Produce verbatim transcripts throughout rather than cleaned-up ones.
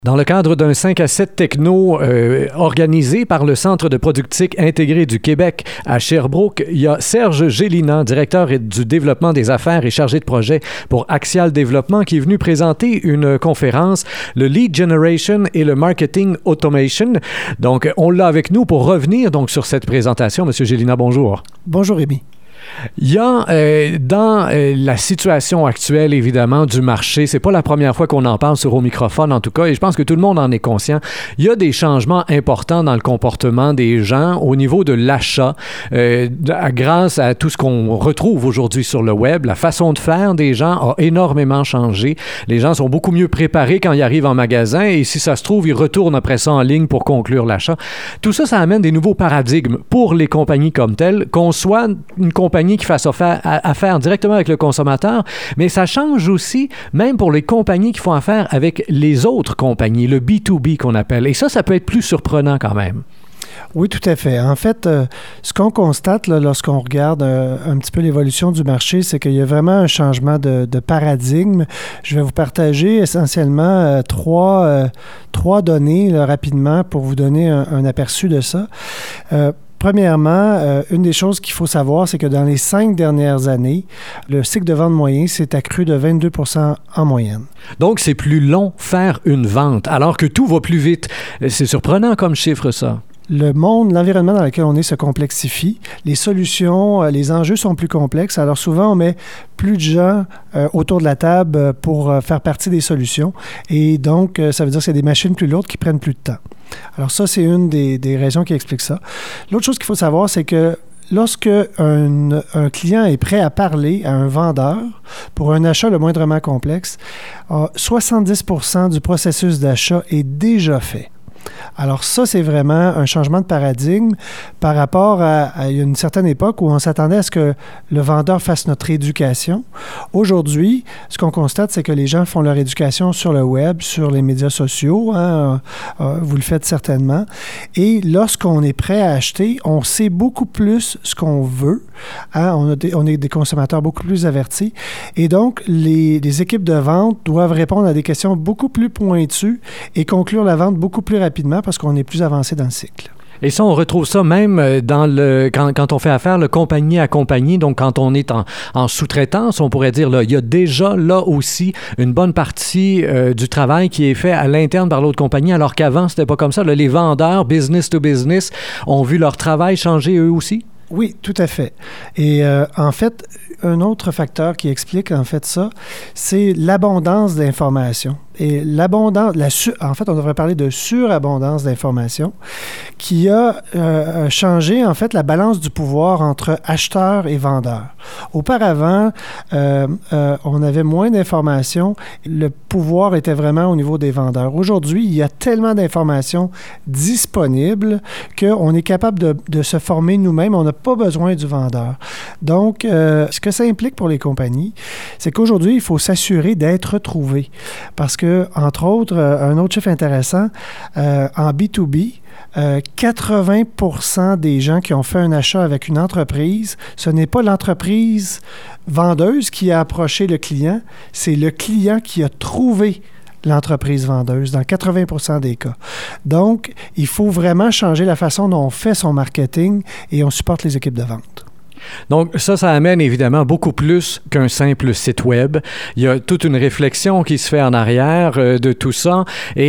Dans le cadre d'un cinq à sept techno euh, organisé par le Centre de productique intégré du Québec à Sherbrooke, il y a Serge Gélina, directeur du développement des affaires et chargé de projet pour Axial Développement, qui est venu présenter une conférence, le Lead Generation et le Marketing Automation. Donc, on l'a avec nous pour revenir donc sur cette présentation. Monsieur Gélina, bonjour. Bonjour, Rémi. Il y a euh, dans euh, la situation actuelle, évidemment, du marché, c'est pas la première fois qu'on en parle sur au microphone, en tout cas, et je pense que tout le monde en est conscient. Il y a des changements importants dans le comportement des gens au niveau de l'achat, euh, grâce à tout ce qu'on retrouve aujourd'hui sur le web. La façon de faire des gens a énormément changé. Les gens sont beaucoup mieux préparés quand ils arrivent en magasin, et si ça se trouve, ils retournent après ça en ligne pour conclure l'achat. Tout ça, ça amène des nouveaux paradigmes pour les compagnies comme telles, qu'on soit une compagnie qui fasse affaire, affaire directement avec le consommateur, mais ça change aussi, même pour les compagnies qui font affaire avec les autres compagnies, le B deux B qu'on appelle. Et ça, ça peut être plus surprenant quand même. Oui, tout à fait. En fait, euh, ce qu'on constate là, lorsqu'on regarde euh, un petit peu l'évolution du marché, c'est qu'il y a vraiment un changement de, de paradigme. Je vais vous partager essentiellement euh, trois, euh, trois données là, rapidement pour vous donner un, un aperçu de ça. Euh, Premièrement, euh, une des choses qu'il faut savoir, c'est que dans les cinq dernières années, le cycle de vente moyen s'est accru de vingt-deux pour cent en moyenne. Donc, c'est plus long faire une vente, alors que tout va plus vite. C'est surprenant comme chiffre, ça. Le monde, l'environnement dans lequel on est se complexifie. Les solutions, les enjeux sont plus complexes. Alors souvent, on met plus de gens euh, autour de la table pour euh, faire partie des solutions. Et donc, euh, ça veut dire que c'est des machines plus lourdes qui prennent plus de temps. Alors ça, c'est une des, des raisons qui explique ça. L'autre chose qu'il faut savoir, c'est que lorsque un, un client est prêt à parler à un vendeur pour un achat le moindrement complexe, euh, soixante-dix pour cent du processus d'achat est déjà fait. Alors ça, c'est vraiment un changement de paradigme par rapport à, à une certaine époque où on s'attendait à ce que le vendeur fasse notre éducation. Aujourd'hui, ce qu'on constate, c'est que les gens font leur éducation sur le web, sur les médias sociaux. Hein, euh, vous le faites certainement. Et lorsqu'on est prêt à acheter, on sait beaucoup plus ce qu'on veut. Hein, on, a des, on est des consommateurs beaucoup plus avertis. Et donc, les, les équipes de vente doivent répondre à des questions beaucoup plus pointues et conclure la vente beaucoup plus rapidement parce qu'on est plus avancé dans le cycle. Et ça, on retrouve ça même dans le quand, quand on fait affaire le compagnie à compagnie, donc quand on est en, en sous-traitance, on pourrait dire, là, il y a déjà là aussi une bonne partie euh, du travail qui est fait à l'interne par l'autre compagnie, alors qu'avant, c'était pas comme ça. Là, les vendeurs, business to business, ont vu leur travail changer eux aussi? Oui, tout à fait. Et euh, en fait, un autre facteur qui explique en fait ça, c'est l'abondance d'informations. Et l'abondance, la su- en fait, on devrait parler de surabondance d'informations qui a euh, changé, en fait, la balance du pouvoir entre acheteurs et vendeurs. Auparavant, euh, euh, on avait moins d'informations. Le pouvoir était vraiment au niveau des vendeurs. Aujourd'hui, il y a tellement d'informations disponibles qu'on est capable de, de se former nous-mêmes. On n'a pas besoin du vendeur. Donc, euh, ce que ça implique pour les compagnies, c'est qu'aujourd'hui, il faut s'assurer d'être trouvé. Parce que entre autres, euh, un autre chiffre intéressant, euh, en B deux B, euh, quatre-vingts pour cent des gens qui ont fait un achat avec une entreprise, ce n'est pas l'entreprise vendeuse qui a approché le client, c'est le client qui a trouvé l'entreprise vendeuse dans quatre-vingts pour cent des cas. Donc, il faut vraiment changer la façon dont on fait son marketing et on supporte les équipes de vente. Donc, ça, ça amène évidemment beaucoup plus qu'un simple site web. Il y a toute une réflexion qui se fait en arrière euh, de tout ça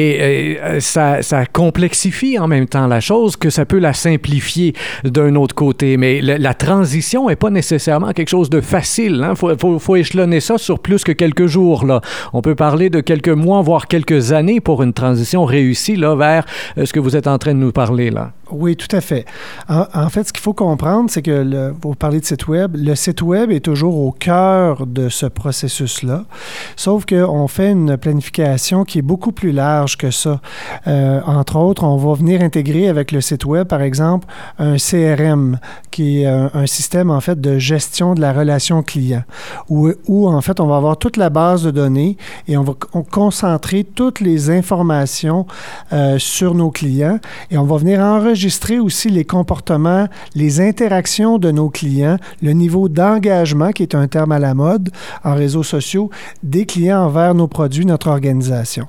et euh, ça, ça complexifie en même temps la chose que ça peut la simplifier d'un autre côté. Mais la, la transition n'est pas nécessairement quelque chose de facile. Il hein? faut, faut, faut échelonner ça sur plus que quelques jours. Là. On peut parler de quelques mois, voire quelques années pour une transition réussie là, vers euh, ce que vous êtes en train de nous parler là. Oui, tout à fait. En, en fait, ce qu'il faut comprendre, c'est que, le, vous parlez de site web, le site web est toujours au cœur de ce processus-là, sauf qu'on fait une planification qui est beaucoup plus large que ça. Euh, entre autres, on va venir intégrer avec le site web, par exemple, un C R M, qui est un, un système, en fait, de gestion de la relation client, où, où, en fait, on va avoir toute la base de données et on va on concentrer toutes les informations euh, sur nos clients et on va venir enregistrer enregistrer aussi les comportements, les interactions de nos clients, le niveau d'engagement, qui est un terme à la mode en réseaux sociaux, des clients envers nos produits, notre organisation.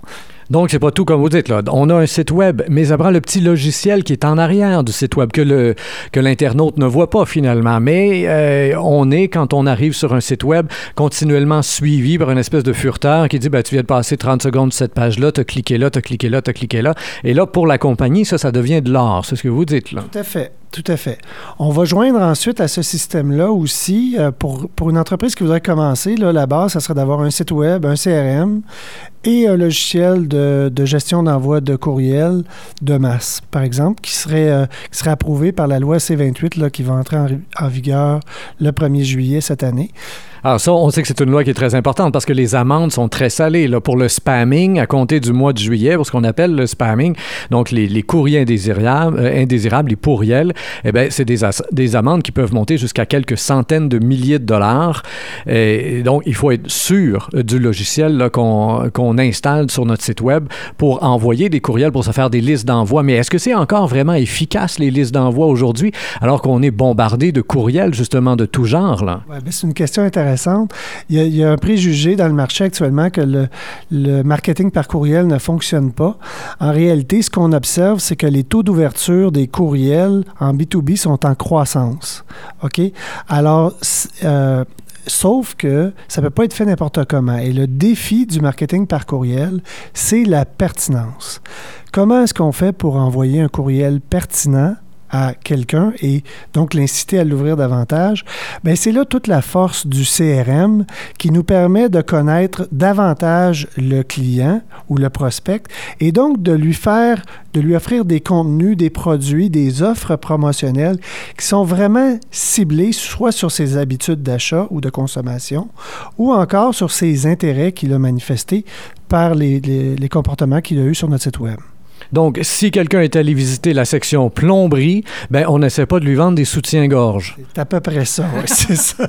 Donc, c'est pas tout comme vous dites, là. On a un site web, mais ça prend le petit logiciel qui est en arrière du site web, que, le, que l'internaute ne voit pas finalement. Mais euh, on est, quand on arrive sur un site web, continuellement suivi par une espèce de furteur qui dit, ben, tu viens de passer trente secondes sur cette page-là, tu as cliqué là, tu as cliqué là, tu as cliqué là. Et là, pour la compagnie, ça, ça devient de l'or. C'est ce que vous dites, là. Tout à fait. Tout à fait. On va joindre ensuite à ce système-là aussi, euh, pour, pour une entreprise qui voudrait commencer, là, la base, ça serait d'avoir un site web, un C R M et un logiciel de, de gestion d'envoi de courriel de masse, par exemple, qui serait, euh, qui serait approuvé par la loi C vingt-huit là, qui va entrer en, en vigueur le premier juillet cette année. Alors ça, on sait que c'est une loi qui est très importante parce que les amendes sont très salées. Là, pour le spamming, à compter du mois de juillet, pour ce qu'on appelle le spamming, donc les, les courriers indésirables, euh, indésirables, les pourriels, eh bien, c'est des, as- des amendes qui peuvent monter jusqu'à quelques centaines de milliers de dollars. Et, et donc, il faut être sûr du logiciel là, qu'on, qu'on installe sur notre site web pour envoyer des courriels, pour se faire des listes d'envoi. Mais est-ce que c'est encore vraiment efficace, les listes d'envoi aujourd'hui, alors qu'on est bombardé de courriels, justement, de tout genre, là? Ouais, bien, c'est une question intéressante. Il y, a, il y a un préjugé dans le marché actuellement que le, le marketing par courriel ne fonctionne pas. En réalité, ce qu'on observe, c'est que les taux d'ouverture des courriels en B deux B sont en croissance. OK? Alors, euh, sauf que ça ne peut pas être fait n'importe comment. Et le défi du marketing par courriel, c'est la pertinence. Comment est-ce qu'on fait pour envoyer un courriel pertinent à quelqu'un et donc l'inciter à l'ouvrir davantage? Bien, c'est là toute la force du C R M qui nous permet de connaître davantage le client ou le prospect et donc de lui faire, de lui offrir des contenus, des produits, des offres promotionnelles qui sont vraiment ciblés soit sur ses habitudes d'achat ou de consommation ou encore sur ses intérêts qu'il a manifestés par les, les, les comportements qu'il a eus sur notre site web. Donc, si quelqu'un est allé visiter la section plomberie, ben on n'essaie pas de lui vendre des soutiens-gorge. C'est à peu près ça, oui, c'est ça.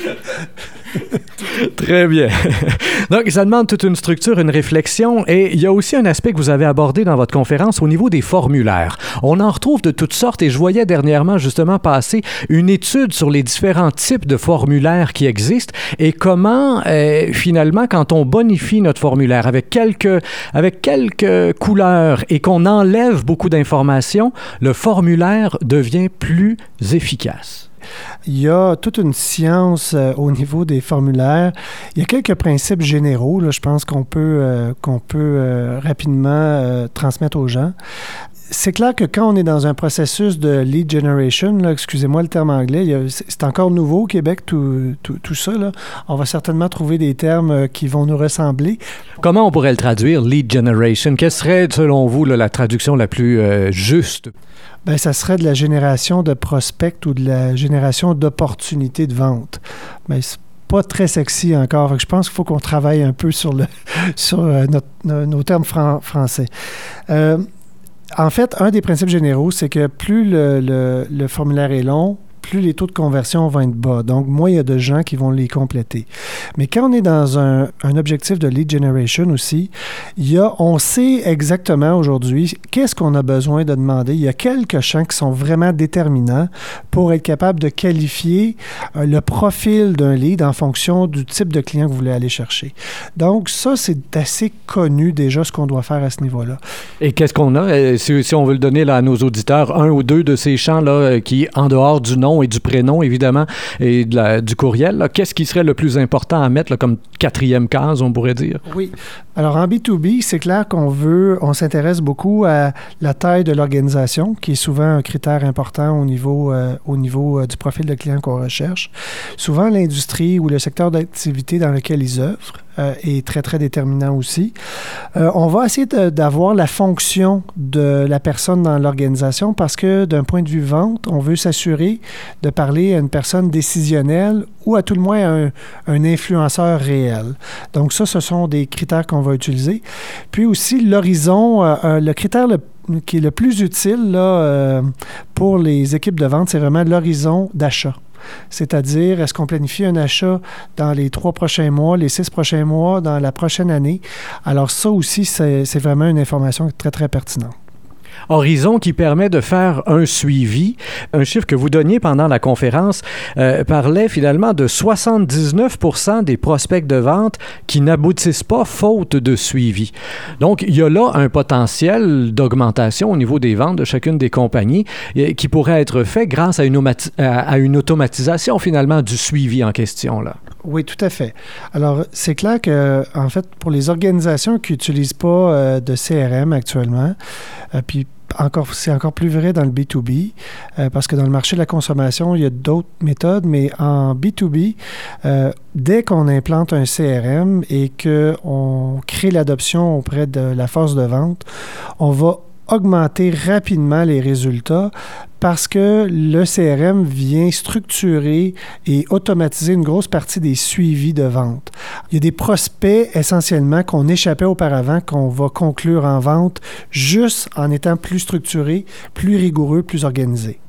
Très bien. Donc, ça demande toute une structure, une réflexion, et il y a aussi un aspect que vous avez abordé dans votre conférence au niveau des formulaires. On en retrouve de toutes sortes, et je voyais dernièrement justement passer une étude sur les différents types de formulaires qui existent et comment, euh, finalement, quand on bonifie notre formulaire avec quelques, avec quelques couleurs et qu'on enlève beaucoup d'informations, le formulaire devient plus efficace. Il y a toute une science euh, au niveau des formulaires. Il y a quelques principes généraux, là, je pense qu'on peut, euh, qu'on peut euh, rapidement euh, transmettre aux gens. C'est clair que quand on est dans un processus de lead generation, là, excusez-moi le terme anglais, il y a, c'est encore nouveau au Québec, tout, tout, tout ça. Là. On va certainement trouver des termes qui vont nous ressembler. Comment on pourrait le traduire, lead generation? Quelle serait, selon vous, là, la traduction la plus euh, juste? Bien, ça serait de la génération de prospects ou de la génération d'opportunités de vente. Bien, c'est pas très sexy encore. Fait que je pense qu'il faut qu'on travaille un peu sur, le, sur euh, notre, nos, nos termes fran- français. Euh, En fait, un des principes généraux, c'est que plus le, le, le formulaire est long, plus les taux de conversion vont être bas. Donc, moins il y a de gens qui vont les compléter. Mais quand on est dans un, un objectif de lead generation aussi, il y a, on sait exactement aujourd'hui qu'est-ce qu'on a besoin de demander. Il y a quelques champs qui sont vraiment déterminants pour être capable de qualifier euh, le profil d'un lead en fonction du type de client que vous voulez aller chercher. Donc, ça, c'est assez connu déjà ce qu'on doit faire à ce niveau-là. Et qu'est-ce qu'on a? Si, si on veut le donner là, à nos auditeurs, un ou deux de ces champs-là qui, en dehors du nom et du prénom, évidemment, et de la, du courriel, là, qu'est-ce qui serait le plus important à mettre là, comme quatrième case, on pourrait dire? Oui. Alors, en B deux B, c'est clair qu'on veut, on s'intéresse beaucoup à la taille de l'organisation, qui est souvent un critère important au niveau, euh, au niveau euh, du profil de client qu'on recherche. Souvent, l'industrie ou le secteur d'activité dans lequel ils œuvrent euh, est très, très déterminant aussi. Euh, on va essayer de, d'avoir la fonction de la personne dans l'organisation parce que, d'un point de vue vente, on veut s'assurer de parler à une personne décisionnelle ou à tout le moins un, un influenceur réel. Donc ça, ce sont des critères qu'on va utiliser. Puis aussi, l'horizon, euh, euh, le critère le, qui est le plus utile là, euh, pour les équipes de vente, c'est vraiment l'horizon d'achat. C'est-à-dire, est-ce qu'on planifie un achat dans les trois prochains mois, les six prochains mois, dans la prochaine année? Alors ça aussi, c'est, c'est vraiment une information très, très pertinente. Horizon qui permet de faire un suivi. Un chiffre que vous donniez pendant la conférence euh, parlait finalement de soixante-dix-neuf pour cent des prospects de vente qui n'aboutissent pas faute de suivi. Donc, il y a là un potentiel d'augmentation au niveau des ventes de chacune des compagnies euh, qui pourrait être fait grâce à une, omati- à une automatisation finalement du suivi en question, là. Oui, tout à fait. Alors, c'est clair que, en fait, pour les organisations qui n'utilisent pas euh, de C R M actuellement, euh, puis encore, c'est encore plus vrai dans le B deux B, euh, parce que dans le marché de la consommation, il y a d'autres méthodes, mais en B deux B, euh, dès qu'on implante un C R M et qu'on crée l'adoption auprès de la force de vente, on va augmenter rapidement les résultats parce que le C R M vient structurer et automatiser une grosse partie des suivis de vente. Il y a des prospects essentiellement qu'on échappait auparavant, qu'on va conclure en vente juste en étant plus structuré, plus rigoureux, plus organisé.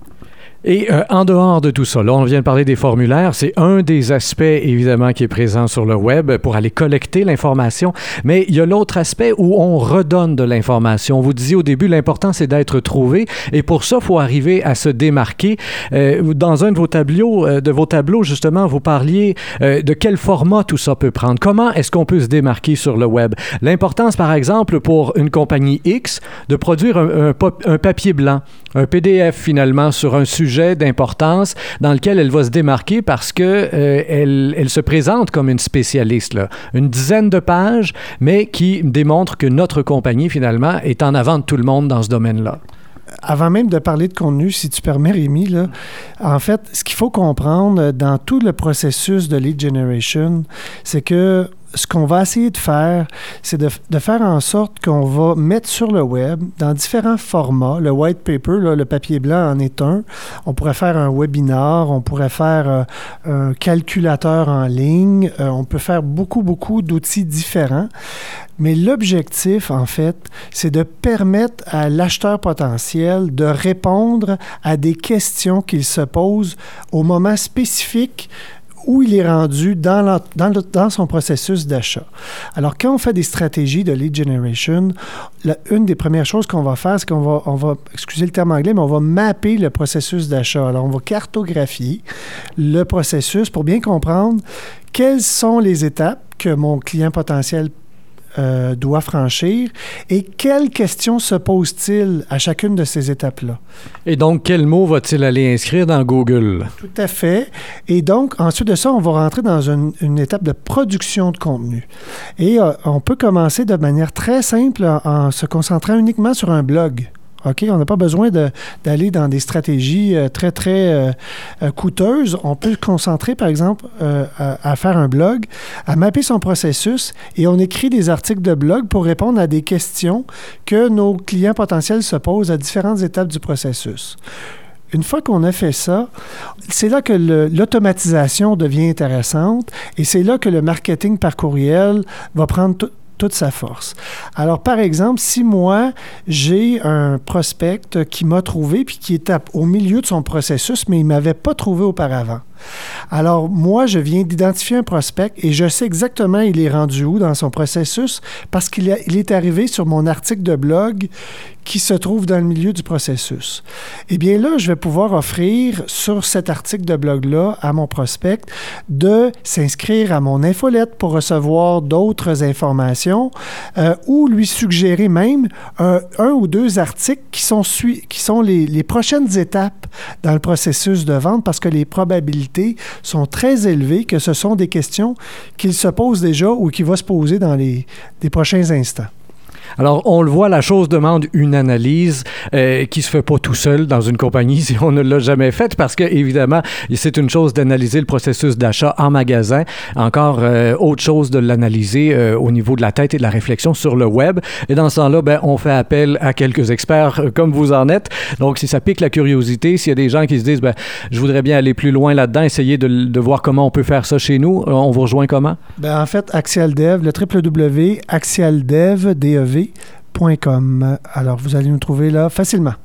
Et euh, en dehors de tout ça, là, on vient de parler des formulaires. C'est un des aspects, évidemment, qui est présent sur le web pour aller collecter l'information. Mais il y a l'autre aspect où on redonne de l'information. Vous disiez au début, l'important, c'est d'être trouvé. Et pour ça, il faut arriver à se démarquer. Euh, dans un de vos tableaux, euh, de vos tableaux, justement, vous parliez euh, de quel format tout ça peut prendre. Comment est-ce qu'on peut se démarquer sur le web? L'importance, par exemple, pour une compagnie X, de produire un, un, un papier blanc, un P D F, finalement, sur un sujet d'importance dans lequel elle va se démarquer parce que euh, elle, elle se présente comme une spécialiste, là. Une dizaine de pages, mais qui démontre que notre compagnie, finalement, est en avant de tout le monde dans ce domaine-là. Avant même de parler de contenu, si tu permets, Rémi, là, en fait, ce qu'il faut comprendre dans tout le processus de lead generation, c'est que ce qu'on va essayer de faire, c'est de, de faire en sorte qu'on va mettre sur le web, dans différents formats, le white paper, là, le papier blanc en est un. On pourrait faire un webinar, on pourrait faire euh, un calculateur en ligne, euh, on peut faire beaucoup, beaucoup d'outils différents. Mais l'objectif, en fait, c'est de permettre à l'acheteur potentiel de répondre à des questions qu'il se pose au moment spécifique où il est rendu dans, la, dans, le, dans son processus d'achat. Alors, quand on fait des stratégies de lead generation, la, une des premières choses qu'on va faire, c'est qu'on va, on va, excusez le terme anglais, mais on va mapper le processus d'achat. Alors, on va cartographier le processus pour bien comprendre quelles sont les étapes que mon client potentiel Euh, doit franchir et quelles questions se pose-t-il à chacune de ces étapes-là. Et donc, quel mot va-t-il aller inscrire dans Google? Tout à fait. Et donc, ensuite de ça, on va rentrer dans une, une étape de production de contenu. Et euh, on peut commencer de manière très simple en, en se concentrant uniquement sur un blog. OK? On n'a pas besoin de, d'aller dans des stratégies euh, très, très euh, euh, coûteuses. On peut se concentrer, par exemple, euh, à, à faire un blog, à mapper son processus et on écrit des articles de blog pour répondre à des questions que nos clients potentiels se posent à différentes étapes du processus. Une fois qu'on a fait ça, c'est là que le, l'automatisation devient intéressante et c'est là que le marketing par courriel va prendre tout toute sa force. Alors, par exemple, si moi, j'ai un prospect qui m'a trouvé puis qui est à, au milieu de son processus, mais il ne m'avait pas trouvé auparavant. Alors, moi, je viens d'identifier un prospect et je sais exactement il est rendu où dans son processus parce qu'il a, il est arrivé sur mon article de blog qui se trouve dans le milieu du processus. Eh bien là, je vais pouvoir offrir sur cet article de blog-là à mon prospect de s'inscrire à mon infolette pour recevoir d'autres informations euh, ou lui suggérer même un, un ou deux articles qui sont, sui- qui sont les, les prochaines étapes dans le processus de vente parce que les probabilités sont très élevées que ce sont des questions qu'il se pose déjà ou qu'il va se poser dans les, les prochains instants. Alors, on le voit, la chose demande une analyse euh, qui se fait pas tout seul dans une compagnie si on ne l'a jamais faite parce que, évidemment, c'est une chose d'analyser le processus d'achat en magasin, encore euh, autre chose de l'analyser euh, au niveau de la tête et de la réflexion sur le web. Et dans ce temps-là, ben, on fait appel à quelques experts euh, comme vous en êtes. Donc, si ça pique la curiosité, s'il y a des gens qui se disent, ben, je voudrais bien aller plus loin là-dedans, essayer de, de voir comment on peut faire ça chez nous, on vous rejoint comment? Ben, en fait, AxialDev, le w w w point axialdev point com. Alors, vous allez nous trouver là facilement.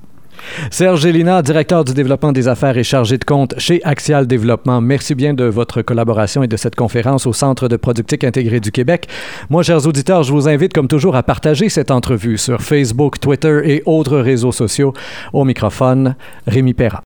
Serge Gélina, directeur du développement des affaires et chargé de compte chez Axial Développement. Merci bien de votre collaboration et de cette conférence au Centre de productique intégrée du Québec. Moi, chers auditeurs, je vous invite comme toujours à partager cette entrevue sur Facebook, Twitter et autres réseaux sociaux. Au microphone, Rémi Perra.